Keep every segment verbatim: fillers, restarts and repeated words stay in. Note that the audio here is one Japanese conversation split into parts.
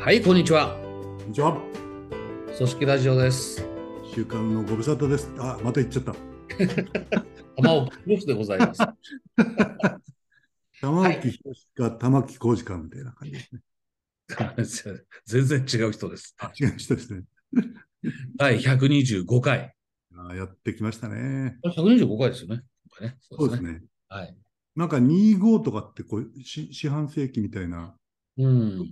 はい、こんにちは。 こんにちは。 組織ラジオです。 週刊のご無沙汰です。あ、また言っちゃった。 玉尾ブルフでございます。 玉はい。 置宏か玉置浩二かみたいな感じですね。 全然違う人です。 あ、違う人ですね。 第ひゃくにじゅうごかい。 あ、やってきましたね。 ひゃくにじゅうごかいですよね。今回ね。そうですね。 そうですね。 はい。 なんかにじゅうごとかってこうし四半世紀みたいなうん。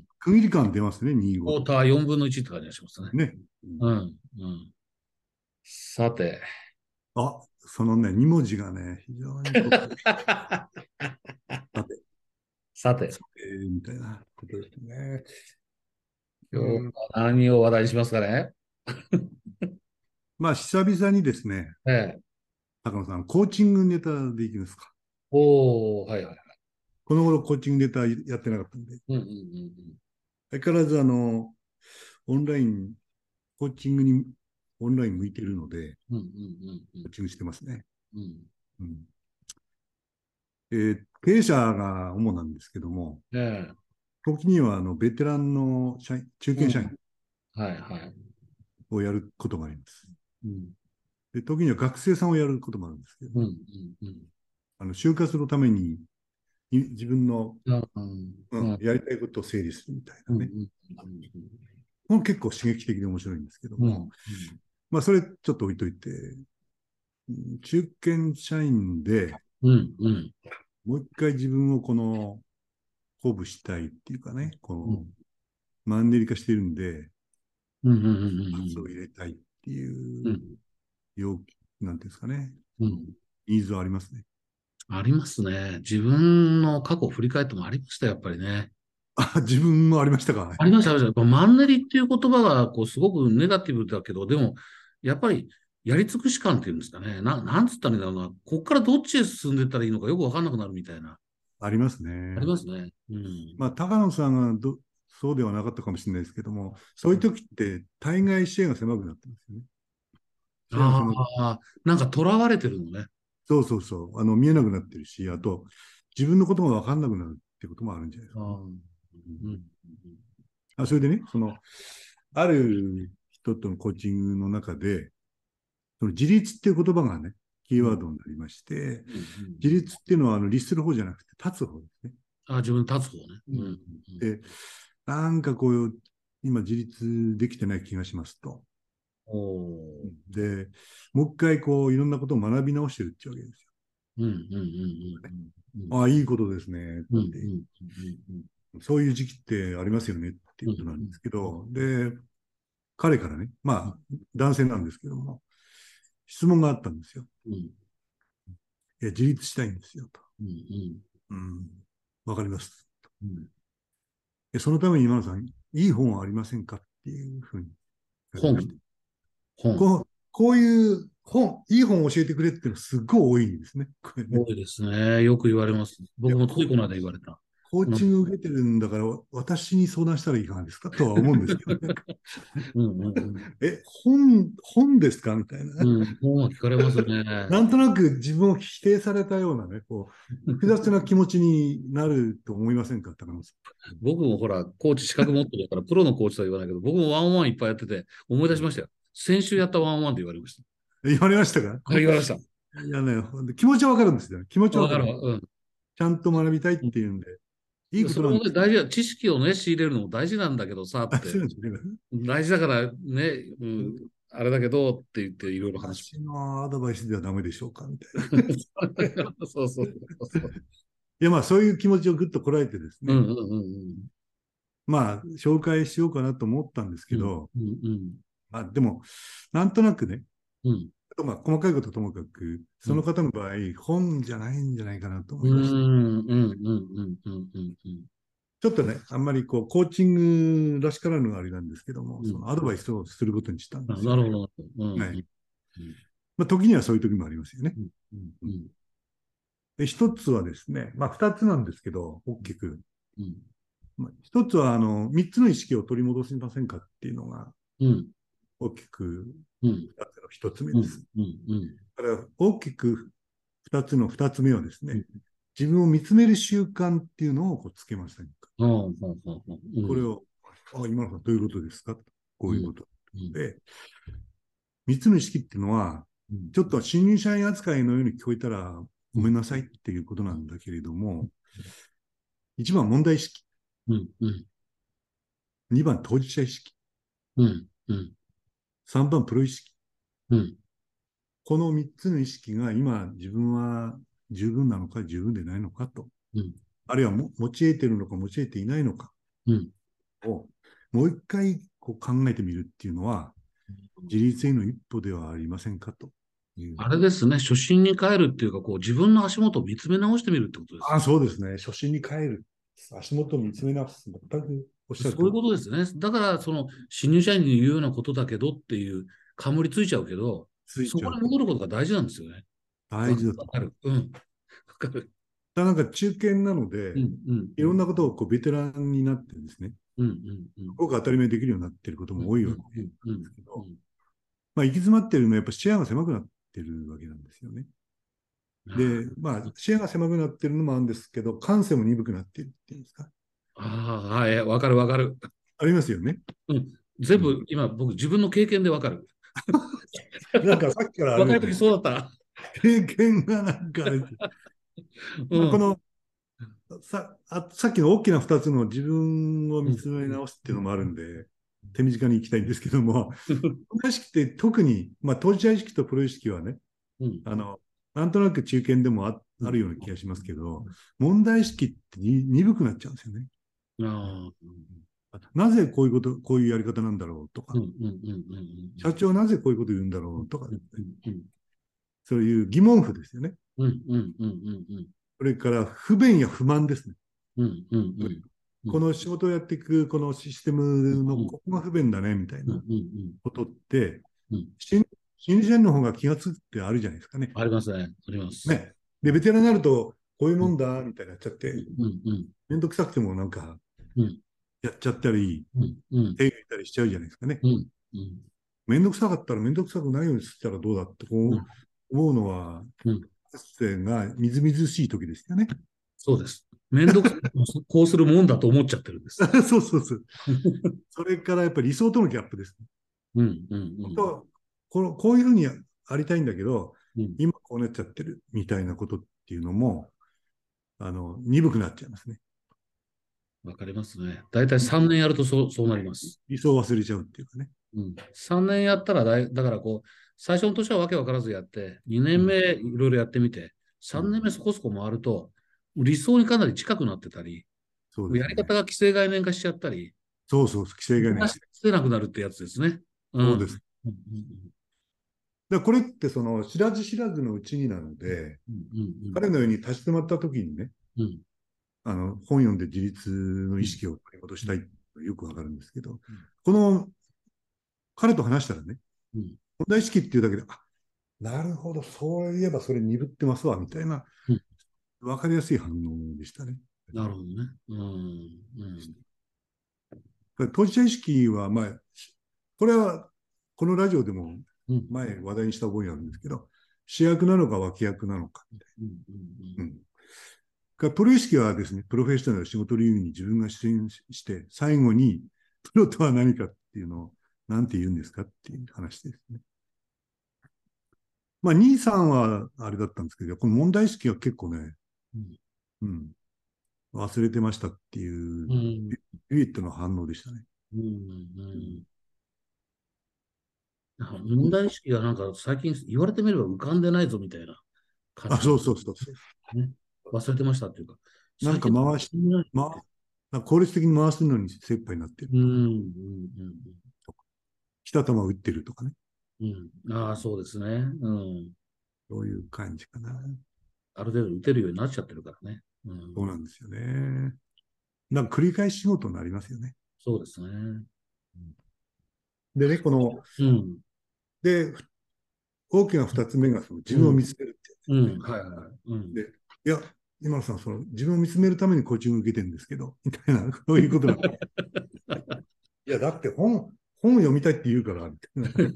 区切り感出ますね、にじゅうごとか。 クォーターよんぶんのいちって感じがしますね。 ね。うん、 うん。うん。さて。 あ、そのね、に文字がね、非常にこう、さて、 さて、 さて、みたいなことですね。う今日ん、 は何を話題にしますかね。 まあ、久々にですね、 ええ。 高野さん、コーチングネタでいきますか。 おー、はいはい。 この頃コーチングネタやってなかったんで、 うんうんうん相変わらずあの、オンライン、コーチングにオンライン向いてるので、 うん。うんうんうんコーチングしてますね。 うん。うん。 うん。えー経営者が主なんですけども、 ええ。 時にはあのベテランの社員、中うん。 堅社員はいはい。 をやることもあります。 うん。 で、時には学生さんをやることもあるんですけどうんうね。 んうん。 あの就活のために自分の、 うん、 うん、 うん、 やりたいことを整理するみたいうん、うなね。 ん、 これ結構刺激的で面白いんですけども、 うん、うん、 まあそれちょっと置いといて、中堅社員でうん、うん、 もう一回自分をこの鼓舞したいっていうかね、こうん、 のマンネリ化してるんで、 うん、うん、 圧を入れたいっていううん、 要求、なんていうんですかね、 うん。 ニーズはありますね。 ありますね。自分の過去を振り返ってもありました、やっぱりね。 あ、自分もありましたか。 ありました、ありました。マンネリっていう言葉が、こう、すごくネガティブだけど、でも、やっぱり、やり尽くし感っていうんですかね。な、なんつったらいいんだろうな。こっからどっちへ進んでいったらいいのかよくわかんなくなるみたいな。 ありますありね。 ますね。うん。 まあ、高野さんがどそうではなかったかもしれないですけども、そういう時って大概視野が狭くなってますよね。視野があ狭く、 あ、なんか囚われてるのね。 そうそうそう、あの見えなくなってるし、あと自分のことが分かんなくなるってこともあるんじゃないですかね。 ああ、うん、うん、 あ、それでね、その、ある人とのコーチングの中で、その自立っていう言葉がね、キーうん、 ワードになりまして、 うん、うん。 自立っていうのはあの律する方じゃなくて立つ方ですね。 あ、自分で立つ方ね。 うん、 うん。 で、なんかこう、今自立できてない気がしますと。 おお。 で、もう一回こう、いろんなことを学び直してるってわけですうん、うん、うん、うん、 よ。ああ、いいことですねっうん、うん、 て。 うん、うん、 そういう時期ってありますよねっていうん、 うことなんですけうん、 ど、で、彼からね、 うん、 まあ、男性なんですけども、質問があったんですよ。 うん、 いや、自立したいんですよと。 うん、 うん、わかります。 うん。 でそのために今野さん、いい本はありませんかっていうふうに言われまし本、 て。 本。 こう、こういう本、いい本を教えてくれっていうのはすっごい多いんですね。これね。 多いですね。よく言われます。 いや、 僕もついここの間言われた。 コーうん、 チング受けてるんだから、私に相談したらいかがですかとは思うんですけどね。 うん、うん、 え、本、本ですかみたいな。 うん。本は聞かれますね。 なんとなく自分を否定されたようなね、こう、複雑な気持ちになると思いませんか、高野さ僕もほら、コーチ資格持ってるから、プロのコーチとは言わないけど、僕もワンオンワンいっぱいやってて、思い出しましたよ。先週やったワンオンワンで言われましん。言われましたかた。あ、言われました。 いやね、気持ちはわかるんですよ。気持ちはわかる。 わかるわ。うん。 ちゃんと学びたいっていうんで、いいことそれもね、 なんです。 大事だ。知識をね、仕入れるのも大事なんだけどさ、 あ、 って。 そうなんですね。 大事だからね、うん、あれだけどって言っていろいろ話し私のアドバイスではダメでしょうかみたいな。 そうそうそうそう。 いや、まあ、そういう気持ちをぐっとこらえてですね、 うんうんうんまあ、紹介しようかなと思ったんですうん。 けど、 うんうんまあ、でも、なんとなくね、 うんまあ、細かいことともかく、そのうん方の場合、本じゃないんじゃないかなとうん。う思いまして、 んうんうんうんうんうんうんちょっとね、あんまりこう、コーチングらしからぬあれなんですけども、 うん。 そのアドバイスをすることにしたんであ、 すよね。 なるほど。うんうんはい。 うんまあ、時にはそういう時もありますよね。 うんうんうん、 うんで、一つはですね、まあ、二つなんですけど、大きく。 うんまあ、一つは、あの、三つの意識を取り戻しませんかっていうのが、 うん大きくうん二つの一つ目うんです。 うんだから、大きく二つの二つ目はですうん。 ね、自分を見つめる習慣っていうのをこうつけませんか。 ああ、ほうほうほう。うん。 これを。 あ、今のさんどういうことですか、こうん。 ういうこと。 うん。 で、みっつの意識っていうのは、 うん。 ちょっと新入社員扱いのように聞こえたらうん。 ごめんなさいっていうことなんだけれども、いちばん問題意識、 うん。うん。 にばん当事者意識、 うん。うん。 さんばんプロ意識。 うん。 このみっつの意識が今自分は十分なのか十分でないのかと、 うん。 あるいはも用いているのか用いていないのかうん。 をもう一回こう考えてみるっていうのは自立への一歩ではありませんかという。 あれですね、初心に帰るっていうか、こう、自分の足元を見つめ直してみるってことですああ、 ね。 そうですね。初心に帰る。足元を見つめ直す。全くおっしゃるそういう通り。 ことですね。だから、その、新入社員に言うようなことだけどっていう、かぶりついちゃうけど、そこについちゃうと戻ることが大事なんですよね。わ大事だと。 かる。うん。わかる。 だなんか中堅なのうん、 で、 うん、 いろんなことをこうベテランになってですね、 うん、うん、うん、 ごく当たり前にできるようになっていることうん、 も多いわけうん、うん、うん、 ですけど、 うん。 まあ、行き詰まっているのはやっぱ視野が狭くなってるわけなんですよね。で、 あまあ、視野が狭くなってるのもあるんですけど、感性も鈍くなっているっていうんですか。 あ、はい、わかるわかる。 ありますよね。 うん。全うん。 部、今、僕、自分の経験でわかる。 なんかさっきからあれですね、 若い時そうだった。 経験がなんかあれです。まあ、こうん。 のさあ、さっきの大きなふたつの自分をうん。 見つめ直すっていうのもあるんで、手短に行きたいんですけども、問題意識って特に、まあ、当事者意識とプロ意識はね、 うん。 あの、なんとなく中堅でもあ、 うん。 あるような気がしますけど、問題意識ってに鈍くなっちゃうんですよね。 ああ。うん。 なぜこういうこと、こういうやり方なんだろうとか、 うん。うん。うん。うん。 社長はなぜこういうこと言うんだろうとかうん。 ですね、 うん。うん。 そういう疑問符ですよね。 うん。うん。うん。うん。 それから不便や不満ですね。 うん。うん。うん。うん。 この仕事をやっていくこのシステムのここが不便だねみたいうん。 なうん。 ことって、 うん。 新新人の方が気がつくってあるじゃないですかね。 ありますね。あります。 ね。で、ベテランになると、こういううん。 もんだみたいになっちゃって、 うん。うん。 めんどくさくてもなんかうん。 やっちゃったり、 うん。うん。 手入れたりしちゃうじゃないですかね。 うん。うん。 めんどくさかったらめんどくさくないようにしたらどうだってこううん。 思うのは、 うん。 かつてがみずみずしい時でしたよね。 そうです。めんどくさい。こうするもんだと思っちゃってるんです。 そうそうそう。それからやっぱり理想とのギャップです。 うん。うん。うん。 本当はこのこういうふうにありたいんだけど、 うん。 今こうなっちゃってるみたいなことっていうのも、あの、鈍くなっちゃいますね。 わかりますね。だいたいさんねんやるとそう、そうなります。 理想を忘れちゃうっていうかね。 うん。さんねんやったらだい、だからこう、最初の年はわけわからずやって、2 うん。 年目いろいろやってみて、3 うん。 年目そこそこ回ると、理想にかなり近くなってたり、やりそうですね。 方が既成概念化しちゃったり、 そうそう、規制概念化。 せなくなるってやつですね。うん。 そうです。 うん。 だからこれってその知らず知らずのうちになので、 うん。 彼のように立ち止まった時にね、 うん。 あの本読んで自立のうん。 意識を取り戻したいとよくわかるんですけど、 うん。 この彼と話したらね、 うん。 問題意識っていうだけで、あ、なるほど、そういえばそれ鈍ってますわ、みたいな、 うん。 わかりやすい反応でしたね。 なるほどね。うん。うん。 当事者意識は、まあ、これはこのラジオでもうん。 前話題にした覚えがあるんですけど、主役なのか脇役なのか。 うん。うん。 うん。プロ意識はですね、プロフェッショナル仕事理由に自分が出演して、最後に、プロとは何かっていうのを、なんて言うんですかっていう話ですね。まあ、兄さんはあれだったんですけど、この問題意識は結構ね、 うん。 うん、忘れてましたっていううん。 ビビットの反応でしたね。 うん。ううん、 ん。なんか問題意識がなんか最近言われてみれば浮かんでないぞみたいな感あ、 じが、 そうそうそうそう。 ね。忘れてましたっていうか、 なん最近、 か回し、ま、効率的に回すのに精一杯になってるうん。 とかね。 うん。 来た球を打ってるとかね。 うん。うん。ああ、そうですね。うん。 そういう感じかな。 ある程度打てるようになっちゃってるからね。うそうん。 なんですよね。なんか繰り返し仕事になりますよね。 そうですね。 でね、この、 うん。 で、大きな二つ目がその自分をうん。 見つめるってうん。 やつですね。 はいはい。うん。 で、いや、今野さん、その自分を見つめるためにコーチング受けてるんですけど、みたいな、そういうことなんで。いや、だって本、本読みたいって言うから、みたいなね。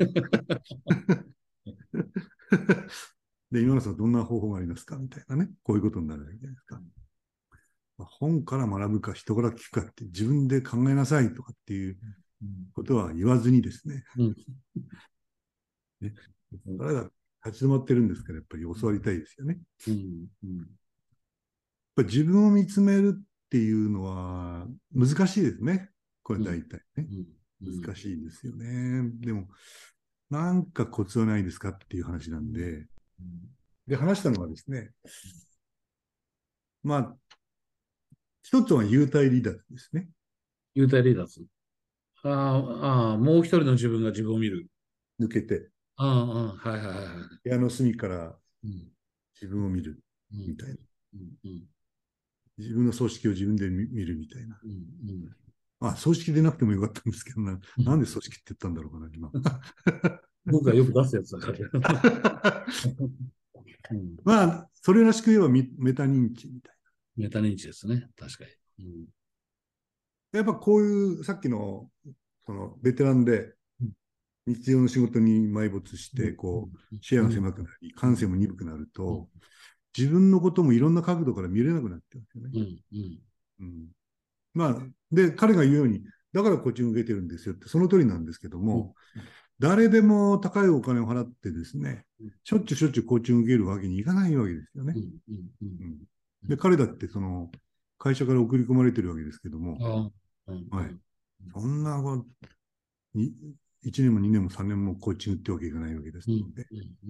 で、今野さん、どんな方法がありますかみたいなね。こういうことになるじゃないですか。 まあ、本から学ぶか人から聞くかって自分で考えなさいとかっていうことは言わずにですね、 うん。 ね、誰が立ち止まってるんですから、やっぱり教わりたいですよね。 うん。うん。 やっぱり自分を見つめるっていうのは難しいですね。これうん。 大体ね。 うん。うん。 難しいですよね。でも、なんかコツはないですかっていう話なうん。 んで、で、話したのはですね、まあ、一つは幽体離脱ですね。 幽体離脱。ああ、ああ、もう一人の自分が自分を見る。 抜けて、 ああ、ああ、はいはいはいはい。 部屋の隅からうん。 自分を見るうん。 みたいな。 うん。うん。 自分の葬式を自分で見見るみたいな。 うん。 あ、葬式でなくてもよかったんですけどな。 うん。 なんで葬式って言ったんだろうかな、今。 僕がよく出すやつだから。うん。 まあ、それらしく言えばメメタ認知みたいメタ認知ですね。確かに。うん。 な。やっぱこういう、さっきの、その、ベテランで、 うん。 日常の仕事に埋没しうん。 て、こう、 うん。 視野がうん。 狭くなり、 うん。 感性も鈍くなるうん。 と、自分のこともいろんな角度から見れなくなってるんですよね。 うん。うん。 うん。まあ、で、彼が言うように、だからコーチング受けてるんですよって、その通りなんですけどうん。 も、誰でも高いお金を払ってですね、 うん。 しょっちゅうしょっちゅうコーチング受けるわけにいかないわけですよね。 うん。うん。うん。 うん、で、彼だってその会社から送り込まれてるわけですけども、 ああ。うん。うはい、 ん。 そんなにいちねんもにねんもさんねんもコーチングってわけいかないわけですうん。 ので、 うん。うん。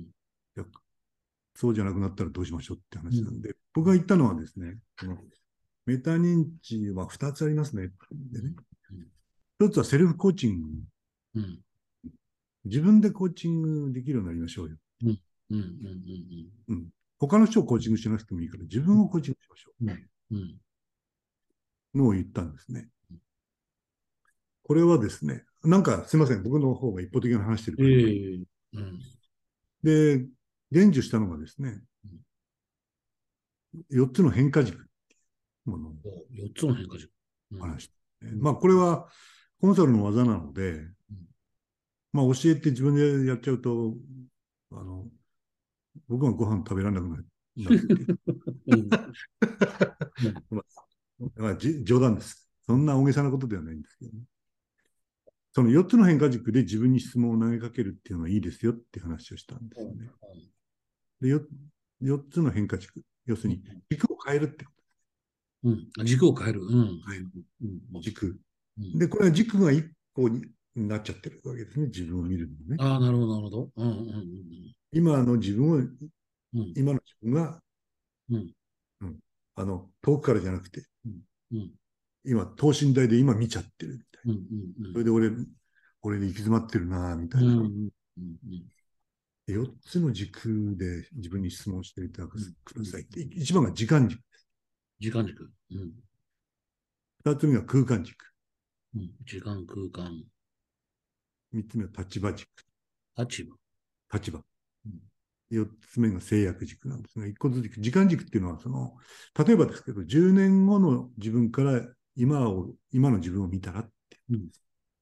いやそうじゃなくなったらどうしましょうってうん。 話なんで、僕が言ったのはですね、このメタ認知はふたつありますね。でね、ひとつはセルフコーチング。 うん。 自分でコーチングできるようになりましょうよ。 うん。うん。うん。 うん。他の人をコーチングしなくてもいいから、自分をコーチングしましょうん。うん。 うのを言ったんですね。これはですね、なんかすみません、僕の方が一方的な話してるえ感じ。 え。うん。 で、伝授したのがですね、よっつの変化軸ものをよっつの変化軸。うん。 話して、まあこれはコンサルの技なので、まあ教えて自分でやっちゃうと、あの、僕がご飯食べられなくなるっていう。 うん。うん。 まあ、まあ、じ冗談です。そんな大げさなことではないんですけどね。そのよっつの変化軸で自分に質問を投げかけるっていうのはいいですよって話をしたんですよね。で よ, よっつの変化軸、要するに軸を変えるってこうん。軸を変える。うん。うん。 と。はい、 うん。 軸。 うん。 で、これは軸が一個になっちゃってるわけですね。自分を見るのね。 ああ、なるほど、なるほど。うん。うん。 今の自分を、 うん。 今の自分が、 うん。 うん、あの、遠くからじゃなくて、 うん。うん。 今、等身大で今見ちゃってるみたいな。 うん。うん。 それで俺、俺で行き詰まってるなみたうん。 いな。 うん。 よっつの軸で自分に質問していただくうん。うん。 ださいって。一番が時間軸。 時間軸。うん。 二つ目が空間軸。 うん。時間、空間、 三つ目は立場軸。 立場。 立場。 うん。 四つ目が制約軸なんですが、一個ずつ時間軸っていうのは、その、例えばですけど、じゅうねんごの自分から今を、今の自分を見たらって。 うん。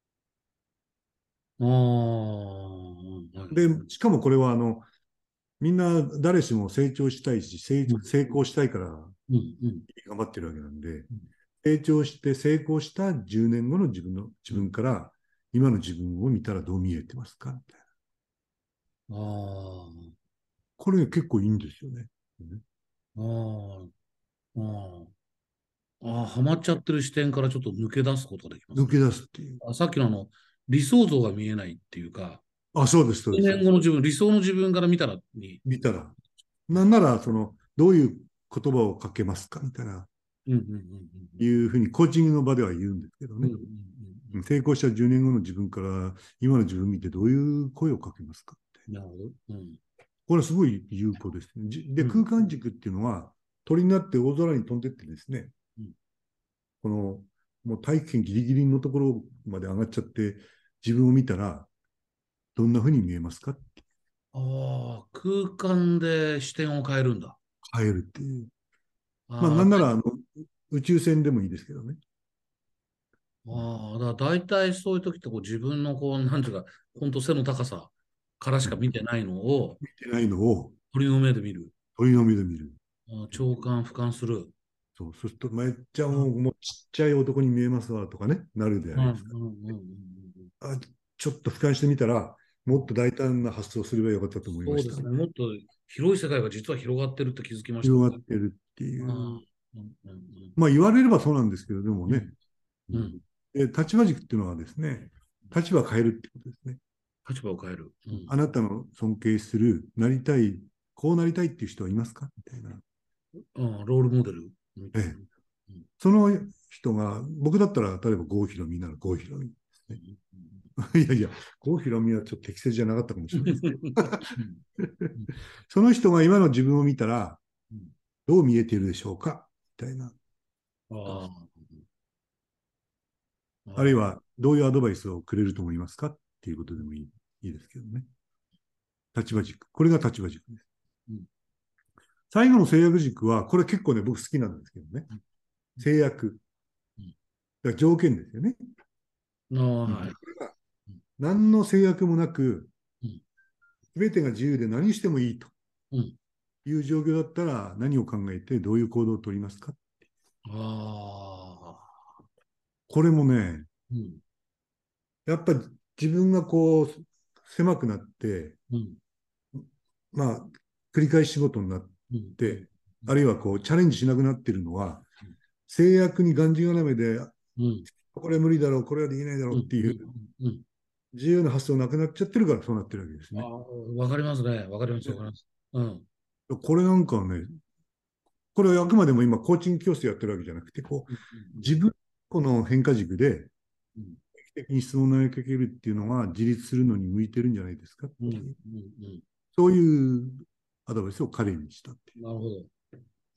ああ、はい。 で、しかもこれは、あの、みんな誰しも成長したいし、成うん。 成功したいからうん。うん。 頑張ってるわけなんで、 うん。 成長して成功したじゅうねんごの自分の、自分から今の自分を見たらどう見えてますかみたいな。 ああ、 これ結構いいんですよね。 ああ、ああ、ああ、はまっちゃってる視点からちょっと抜け出すことができますね。 抜け出すっていう。 あ、さっきのあの、理想像が見えないっていうか、 あ、そうです、そうです、そ数うです。 年後の自分、理想の自分から見たらに、 見たら。なんなら、その、どういう言葉をかけますかみたいな、 うん。うん。うん。 いうふうにコーチングの場では言うんですけどうん。うね。 ん。うん。 成功したじゅうねんごの自分から今の自分見てどういう声をかけますかって。 なるほど。うん。 これはすごい有効ですね。で、 うん。 空間軸っていうのは鳥になって大空に飛んでってですね、 うん。 このもう大気圏ギリギリのところまで上がっちゃって自分を見たらどんなふうに見えますかってああ、空間で視点を変えるんだ。 変えるっていう。まあああ、だなんならあの宇宙船でもいいですけどね。 ああ、だから大体そういう時ってこう自分のこう、なんていうか、本当背の高さからしか見てないのを見てないのを鳥の目で見る。 鳥の目で見る。 ああ、長官俯瞰する。 そう、そうすると、めっちゃもう、もうちっちゃい男に見えますわとかね、なるじゃうん、うん、 ないですか。 うん、うん。 あ、ちょっと俯瞰してみたら、もっと大胆な発想をすればよかったと思いました。 そうですね。もっと広い世界が実は広がってるって気づきました広もんね。 がってるってうん、 いう。 うん、うん、 まあ言われればそうなんですけど、でもね、 うん。 うん、 うん。 で立場軸っていうのはですね、立場を変えるってことですね。 立場を変える。うん。 あなたの尊敬する、なりたい、こうなりたいっていう人はいますかみたいな。 うん、ロールモデルみたいな。 ええ、 うん。 その人が、僕だったら、例えば郷ひろみなら郷ひろみですね。 うん。 いやいや、郷ひろみはちょっと適切じゃなかったかもしうれないですけど、 ん。 その人が今の自分を見たら、 うん。 どう見えているでしょうかみたいな。 ああ、ああ、 あるいは、どういうアドバイスをくれると思いますかっていうことでもいい、いいですけどね。立場軸。これが立場軸です。 うん。 最後の制約軸は、これ結構ね、僕好きなんですけどね。制約。 うん。 だから条件ですよね。 ああ、 うん、 はい。 何の制約もなく、 うん。 すべてが自由で何してもいいとうん。 いう状況だったら、何を考えてどういう行動を取りますか。 ああ、 これもね、 うん。 やっぱり自分がこう、狭くなって、 うん。 まあ、繰り返し仕事になっうん。うん。 て、あるいはこう、チャレンジしなくなっているのは、制約にがんじがらめで、 うん。 これは無理だろう、これはできないだろうん。 うっていううん。うん。 自由な発想なくなっちゃってるからそうなってるわけですね。 ああ、わかりますね。わかります。わかります。うん。 これなんかはね、これはあくまでも今コーチング教室やってるわけじゃなくて、こう、 うん。うん。 自分この変化軸でうん。 定期的に質問を投げかけるっていうのが自立するのに向いてるんじゃないですかっうん。 ていう、 うん。 そういうアドバイスを彼にしたっていう。 なるほど。うん。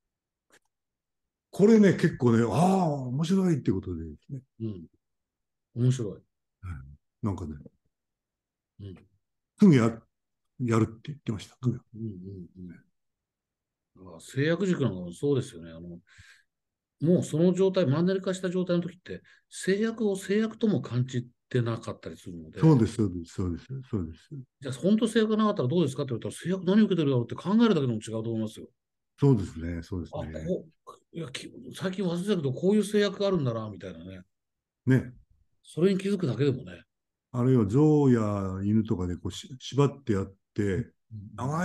これね、結構ね、ああ、面白いってことでですね。 うん。面白い。 うん、なんかね、 うん。 すぐややるって言ってました、 うん。 彼は。 うん。うん。ああ、制約軸なんかもそうですよね。あの、もうその状態、マンネリ化した状態の時って、制約を制約とも感じてなかったりするので、 そうです、そうです、そうです、そうです。 じゃあ本当制約なかったらどうですかって言われたら、制約何受けてるだろうって考えるだけでも違うと思いますよ。 そうですね、そうですあ、 ね。 こう、いや、き最近忘れたけど、こういう制約があるんだな、みたいなね。 ね。 それに気づくだけでもね。 あるいは象や犬とかでこうし縛ってやっうん。 て、 うん。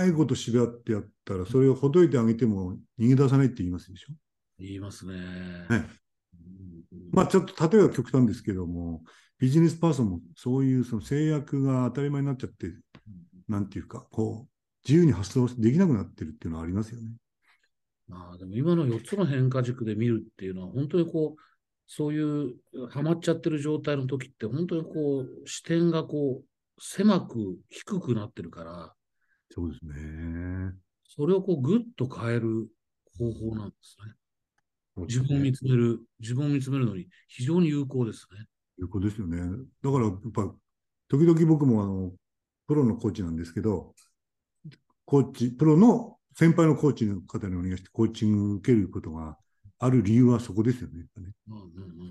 長いこと縛ってやったら、それをほどいてあげても逃げ出さないって言いますでしょ。 言いますね。 ね。 うん。うん。 まあちょっと例えば極端ですけども、ビジネスパーソンもそういうその制約が当たり前になっちゃって、なんていうか、こう、自由に発想できなくなってるっていうのはありますよね。 まあ、でも今のよっつの変化軸で見るっていうのは、本当にこう、そういうハマっちゃってる状態の時って、本当にこう、視点がこう、狭く低くなってるから、 そうですね。 それをこう、ぐっと変える方法なんですね。 そうですね。 自分を見つめる、自分を見つめるのに非常に有効ですね。 有効ですよね。だからやっぱ、時々僕もあの、プロのコーチなんですけど、コーチ、プロの先輩のコーチの方にお願いしてコーチングを受けることがある理由はそこですよね。ね、 うん。うん。うん。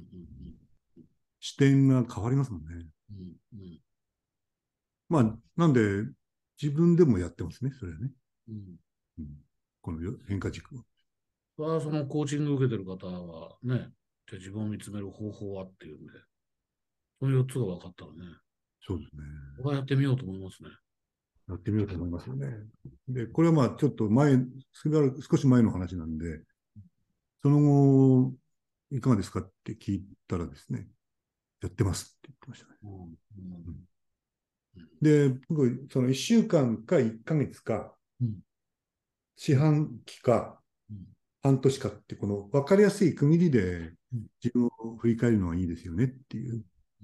視点が変わりますもんね。 うん。うん。 まあ、なんで、自分でもやってますね、それはね。 うん。 うん、この変化軸は。 は、そのコーチング受けてる方はね、じゃあ自分を見つめる方法はっていうんで、そのよっつが分かったらね、 そうですね。 僕はやってみようと思いますね。 やってみようと思いますよね。で、これはまあ、ちょっと前、少し前の話なんで、その後、いかがですかって聞いたらですね、やってますって言ってましたね。 うん。うん。 うん、で、僕、そのいっしゅうかんかいっかげつか、 うん。 四半期か、 うん。 半年かって、この分かりやすい区切りでうん。 自分を振り返るのはいいですよねっていうん。 う。 うん。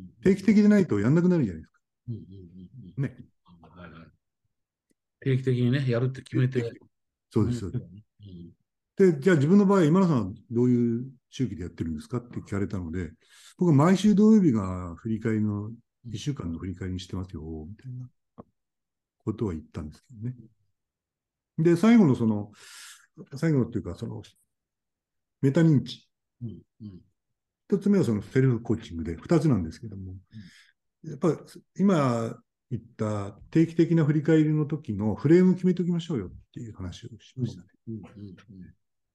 定期的でないとやんなくなるじゃないですか。 うん。うん。うん。 ね。 はいはい。定期的にね、やるって決めて、 定期的そうです、 うん。 そうです。 うん。 で、じゃあ自分の場合、今田さんはどういう周期でやってるんですかって聞かれたので、僕は毎週土曜日が振り返りの、いっしゅうかんの振り返りにしてますよ、みたいなことは言ったんですけどね。で、最後のその、最後のっていうか、その、メタ認知。 うん。うん。 一つ目はそのセルフコーチングで、二つなんですけども、やっぱり今言った定期的な振り返りの時のフレームを決めておきましょうよっていう話をしうん。 ましたね。 うん。うん。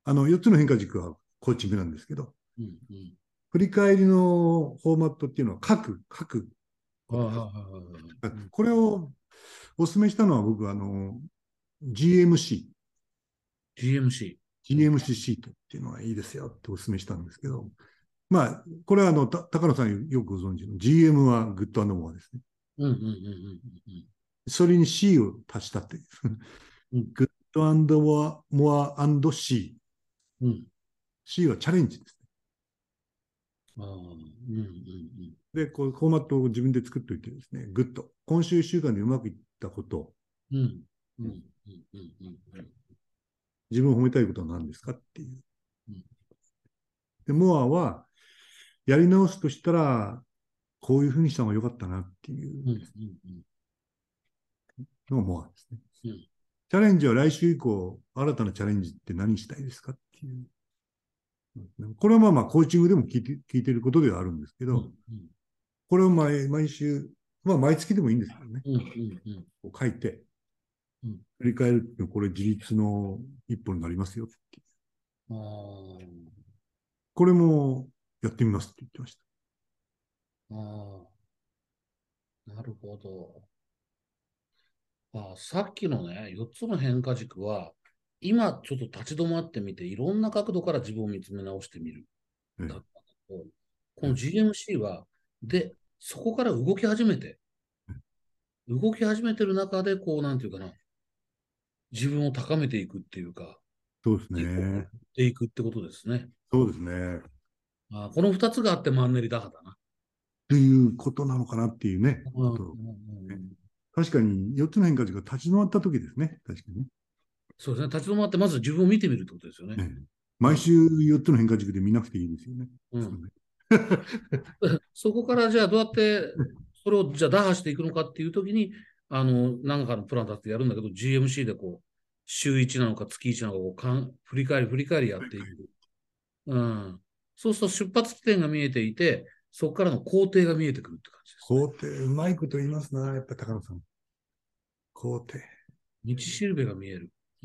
あのよっつの変化軸はコーチングなんですけど、 うんうん。 振り返りのフォーマットっていうのは書く、書くことです。 はいはいはいはいはい。 これをお勧めしたのは僕はあの ジーエムシー、 ジーエムシー。うんジーエムシー シートっていうのがいいですよってお勧めしたんですけど、まあ、これはあのた高野さんよくご存知の ジーエム はグッドモアですね。 うんうんうんうんそれに C を足したっていう。 うんうん。 グッドモア、モア C。 うん。 C はチャレンジですああ、うんうんね。で、こうフォーマットを自分で作っておいてですね、グッド。今週いっしゅうかんでうまくいったこと、 うん。うんうんうんうんうんうん自分を褒めたいことは何ですかっていう。 うんで、モアは、やり直すとしたら、こういうふうにした方が良かったなっていううんうんのがモアですね。 うん。 チャレンジは来週以降、新たなチャレンジって何したいですかっていう。これはまあまあ、コーチングでも聞いて聞いていることではあるんですけど、 うんうんこれを毎毎週、まあ毎月でもいいんですけどね、 うんうんこう書いて、 うん。 振り返ると、これ自立の一歩になりますよっていう。 ああ、 これもやってみますって言ってました。 ああ、なるほど。ああ、さっきのね、よっつの変化軸は、今ちょっと立ち止まってみて、いろんな角度から自分を見つめ直してみる。 ええだったけど、このええジーエムシー は、で、そこから動き始めて、動き始めてる中で、こう、なんていうかな、自分を高めていくっていうか、 そうです一歩ね。 っていくってことですね。 そうですね。 ああ、この二つがあってマンネリ打破だな。 ということなのかなっていうね、 うんうんうこと、ね。 ん。 確かによっつの変化軸が立ち止まった時ですね。確かにね。 そうですね。立ち止まって、まず自分を見てみるってことですよね。 ええうん。 毎週よっつの変化軸で見なくていいですよね。 うん。 そうね。 そこからじゃあどうやってそれをじゃあ打破していくのかっていうときに、あの、何かのプラン立ってやるんだけど、ジーエムシー でこう、週いちなのか月いちなのかこうかん、振り返り振り返りやっていく。うん。そうすると出発地点が見えていて、そこからの工程が見えてくるって感じですね。 工程、うまいこと言いますな、やっぱり高野さん。工程、 道しるべが見える。うん。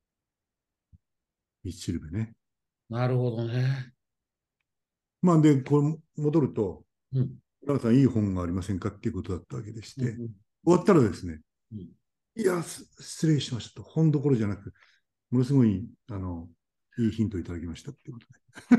道しるべね。 なるほどね。 まあ、で、これ戻ると、 うん。 高野さん、いい本がありませんかっていうことだったわけでして、 うん。 終わったらですね、 うん。 いや、失礼しましたと、本どころじゃなく、ものすごい、あの、いいヒントをいただきましたっていうこと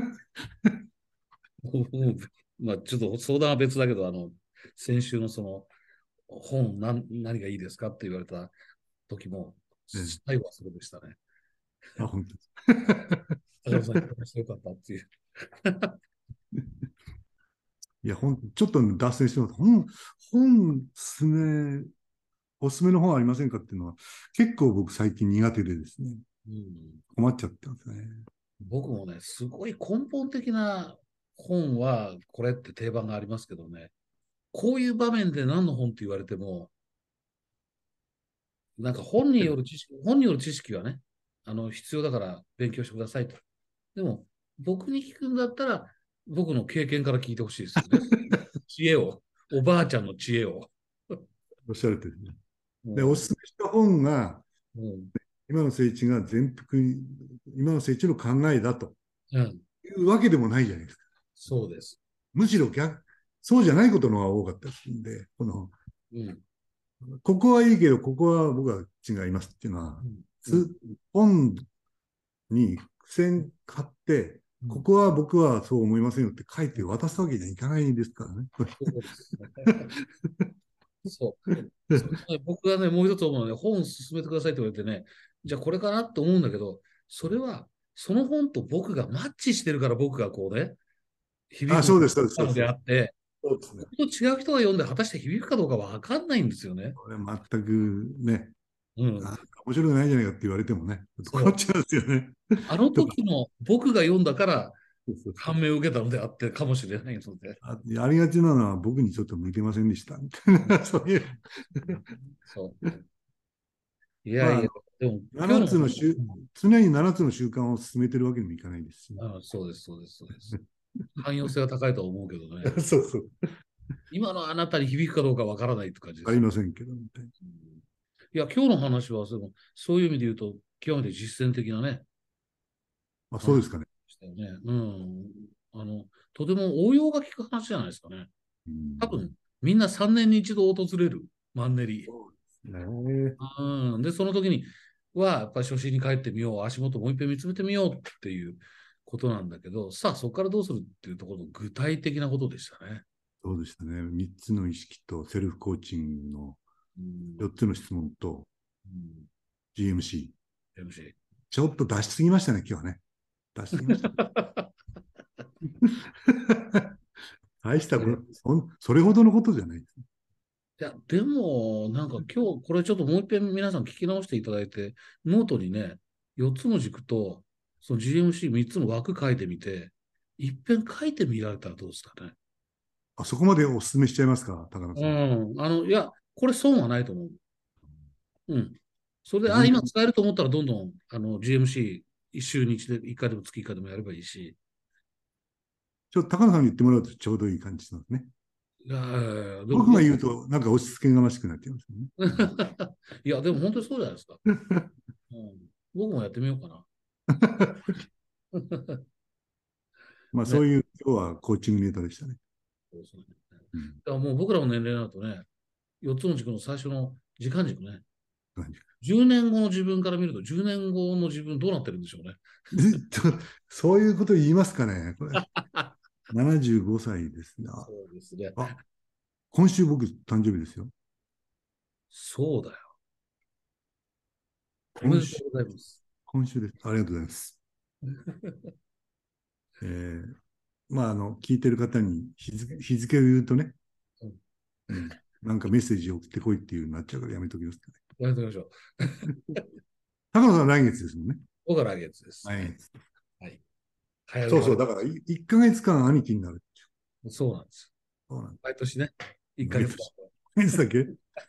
うんまあ、ちょっと相談は別だけど、あの、先週のその、本何、何がいいですかって言われた時も、 で。ね、 最後はそれでしたね。 あ、本当です。 高田さん、よかったっていう。 いや、本ちょっと脱線してます。本、本、すめ、おすすめの本ありませんかっていうのは、結構僕最近苦手でですね、 うん、 困っちゃったんですね。 僕もね、すごい根本的な本は、これって定番がありますけどね、こういう場面で何の本って言われても、なんか本による知識、本による知識はね、あの、必要だから勉強してくださいと。でも、僕に聞くんだったら、僕の経験から聞いてほしいですよね。知恵を、おばあちゃんの知恵を。 おっしゃるとりですね。で、おうん、 すすめした本が、 うん、 今の聖地が全幅に、今の聖地の考えだとうん、 いうわけでもないじゃないですか。 そうです。 むしろ逆、そうじゃないことの方が多かったですんで、この、 うん、 ここはいいけど、ここは僕は違いますっていうのは、 うん、うん、 つ本に付箋買って、 うん。 ここは僕はそう思いませんよって書いて渡すわけにはいかないですからね。 そうですね。そう。それね僕がね、もう一つ思うのはね、本進めてくださいって言われてね、じゃあこれかなって思うんだけど、それは、その本と僕がマッチしてるから僕がこうね、響あ、 くそうです、そうです、 なのでそうです。 あって、 そうですね。 僕と違う人が読んで果たして響くかどうかわかんないんですよね。 これ全くね、 うん。 あ、面白くないじゃないかって言われてもね、ちょっとそう。 困っちゃうんですよね。 あのとか、 時の僕が読んだからそうそうそう感銘を受けたのであってかもしれないので。 あ、ありがちなのは僕にちょっと向いてませんでした、みたいな、そういう。 そう。いやまあ、あのいや、でも今 7 日の、 つの習、常にななつの習慣を進めてるわけにもいかないですし、ね。 うん、あそうです、そうです、そうです。汎用性は高いとは思うけどね。 そうそう。 今のあなたに響くかどうかわからないって感じでありすよ。 ませんけど、みたいな。 うん、いや、今日の話はそのそういう意味で言うと、極めて実践的なね、 あ、そうですかね。 したよね。うん。あの、とても応用が効く話じゃないですかね。 うん、 多分、みんなさんねんに一度訪れる、マンネリ。 そうですね。 うん。で、その時には、やっぱり初心に帰ってみよう、足元もう一遍見つめてみようっていうことなんだけど、さあ、そこからどうするっていうところの具体的なことでしたね。 そうでしたね。みっつの意識とセルフコーチングのうん。 よっつの質問とうん。 ジーエムシー。 エムシー。 ちょっと出しすぎましたね、今日はね。出しすぎました。大したこと、そんそれほどのことじゃないです。 いや、でも、なんか今日、これちょっともう一遍皆さん聞き直していただいて、ノートにね、よっつの軸と、その ジーエムシーみっつの枠書いてみて、一遍書いてみられたらどうですかね。 あそこまでお勧めしちゃいますか、高野うさん。 ん。あの、いや、これ損はないと思う。うん。それで、あ、 自分で、 今使えると思ったら、どんどん、あの、ジーエムシー、週に一で、一回でも月一回でもやればいいし、 ちょっと高野さんに言ってもらうとちょうどいい感じしますね。 いや、でも僕、 僕が言うと、なんか押し付けがましくなっちゃいますよね。 いや、でも本当にそうじゃないですか。うん、僕もやってみようかな。 まあ、 ね。 そういう今日はコーチングネタでしたね。 そうですね。 うん。 だからもう僕らの年齢になるとね、よっつの軸の最初の時間軸ね、 感じじゅうねんごの自分から見ると、じゅうねんごの自分どうなってるんでしょうね。 ずっと、そういうこと言いますかね。これ、ななじゅうごさいですな。 そうですね。 あ、今週僕誕生日ですよ。 そうだよ。おめ今週、 でとうございます。 今週です。ありがとうございます。えー、まあ、あの、聞いてる方に日付、日付を言うとね、 うん、 うん、なんかメッセージを送ってこいっていうになっちゃうからやめときますかね。 やめてみましょう。 高野さん来月ですもんね。 僕は来月です。 来月。 はい。早そうそう、 生まれ。 だからいいっかげつかん兄貴になる。 そうなんです。 そうなんで毎年ね、1 す。 ヶ月間。 毎年。毎日だけ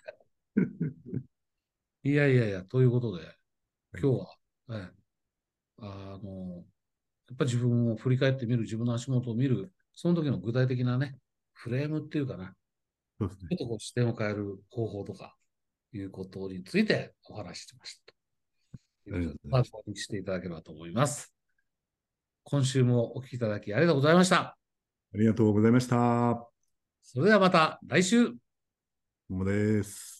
いやいやいや、ということで、 はい。 今日は、ね、あの、やっぱり自分を振り返ってみる、自分の足元を見る、その時の具体的なね、フレームっていうかな、 そうですね。 ちょっとこう視点を変える方法とかいうことについてお話ししました。というありことで、 がとうございます。 参考にしていただければと思います。今週もお聞きいただきありがとうございました。 ありがとうございました。 それではまた来週。 どうもです。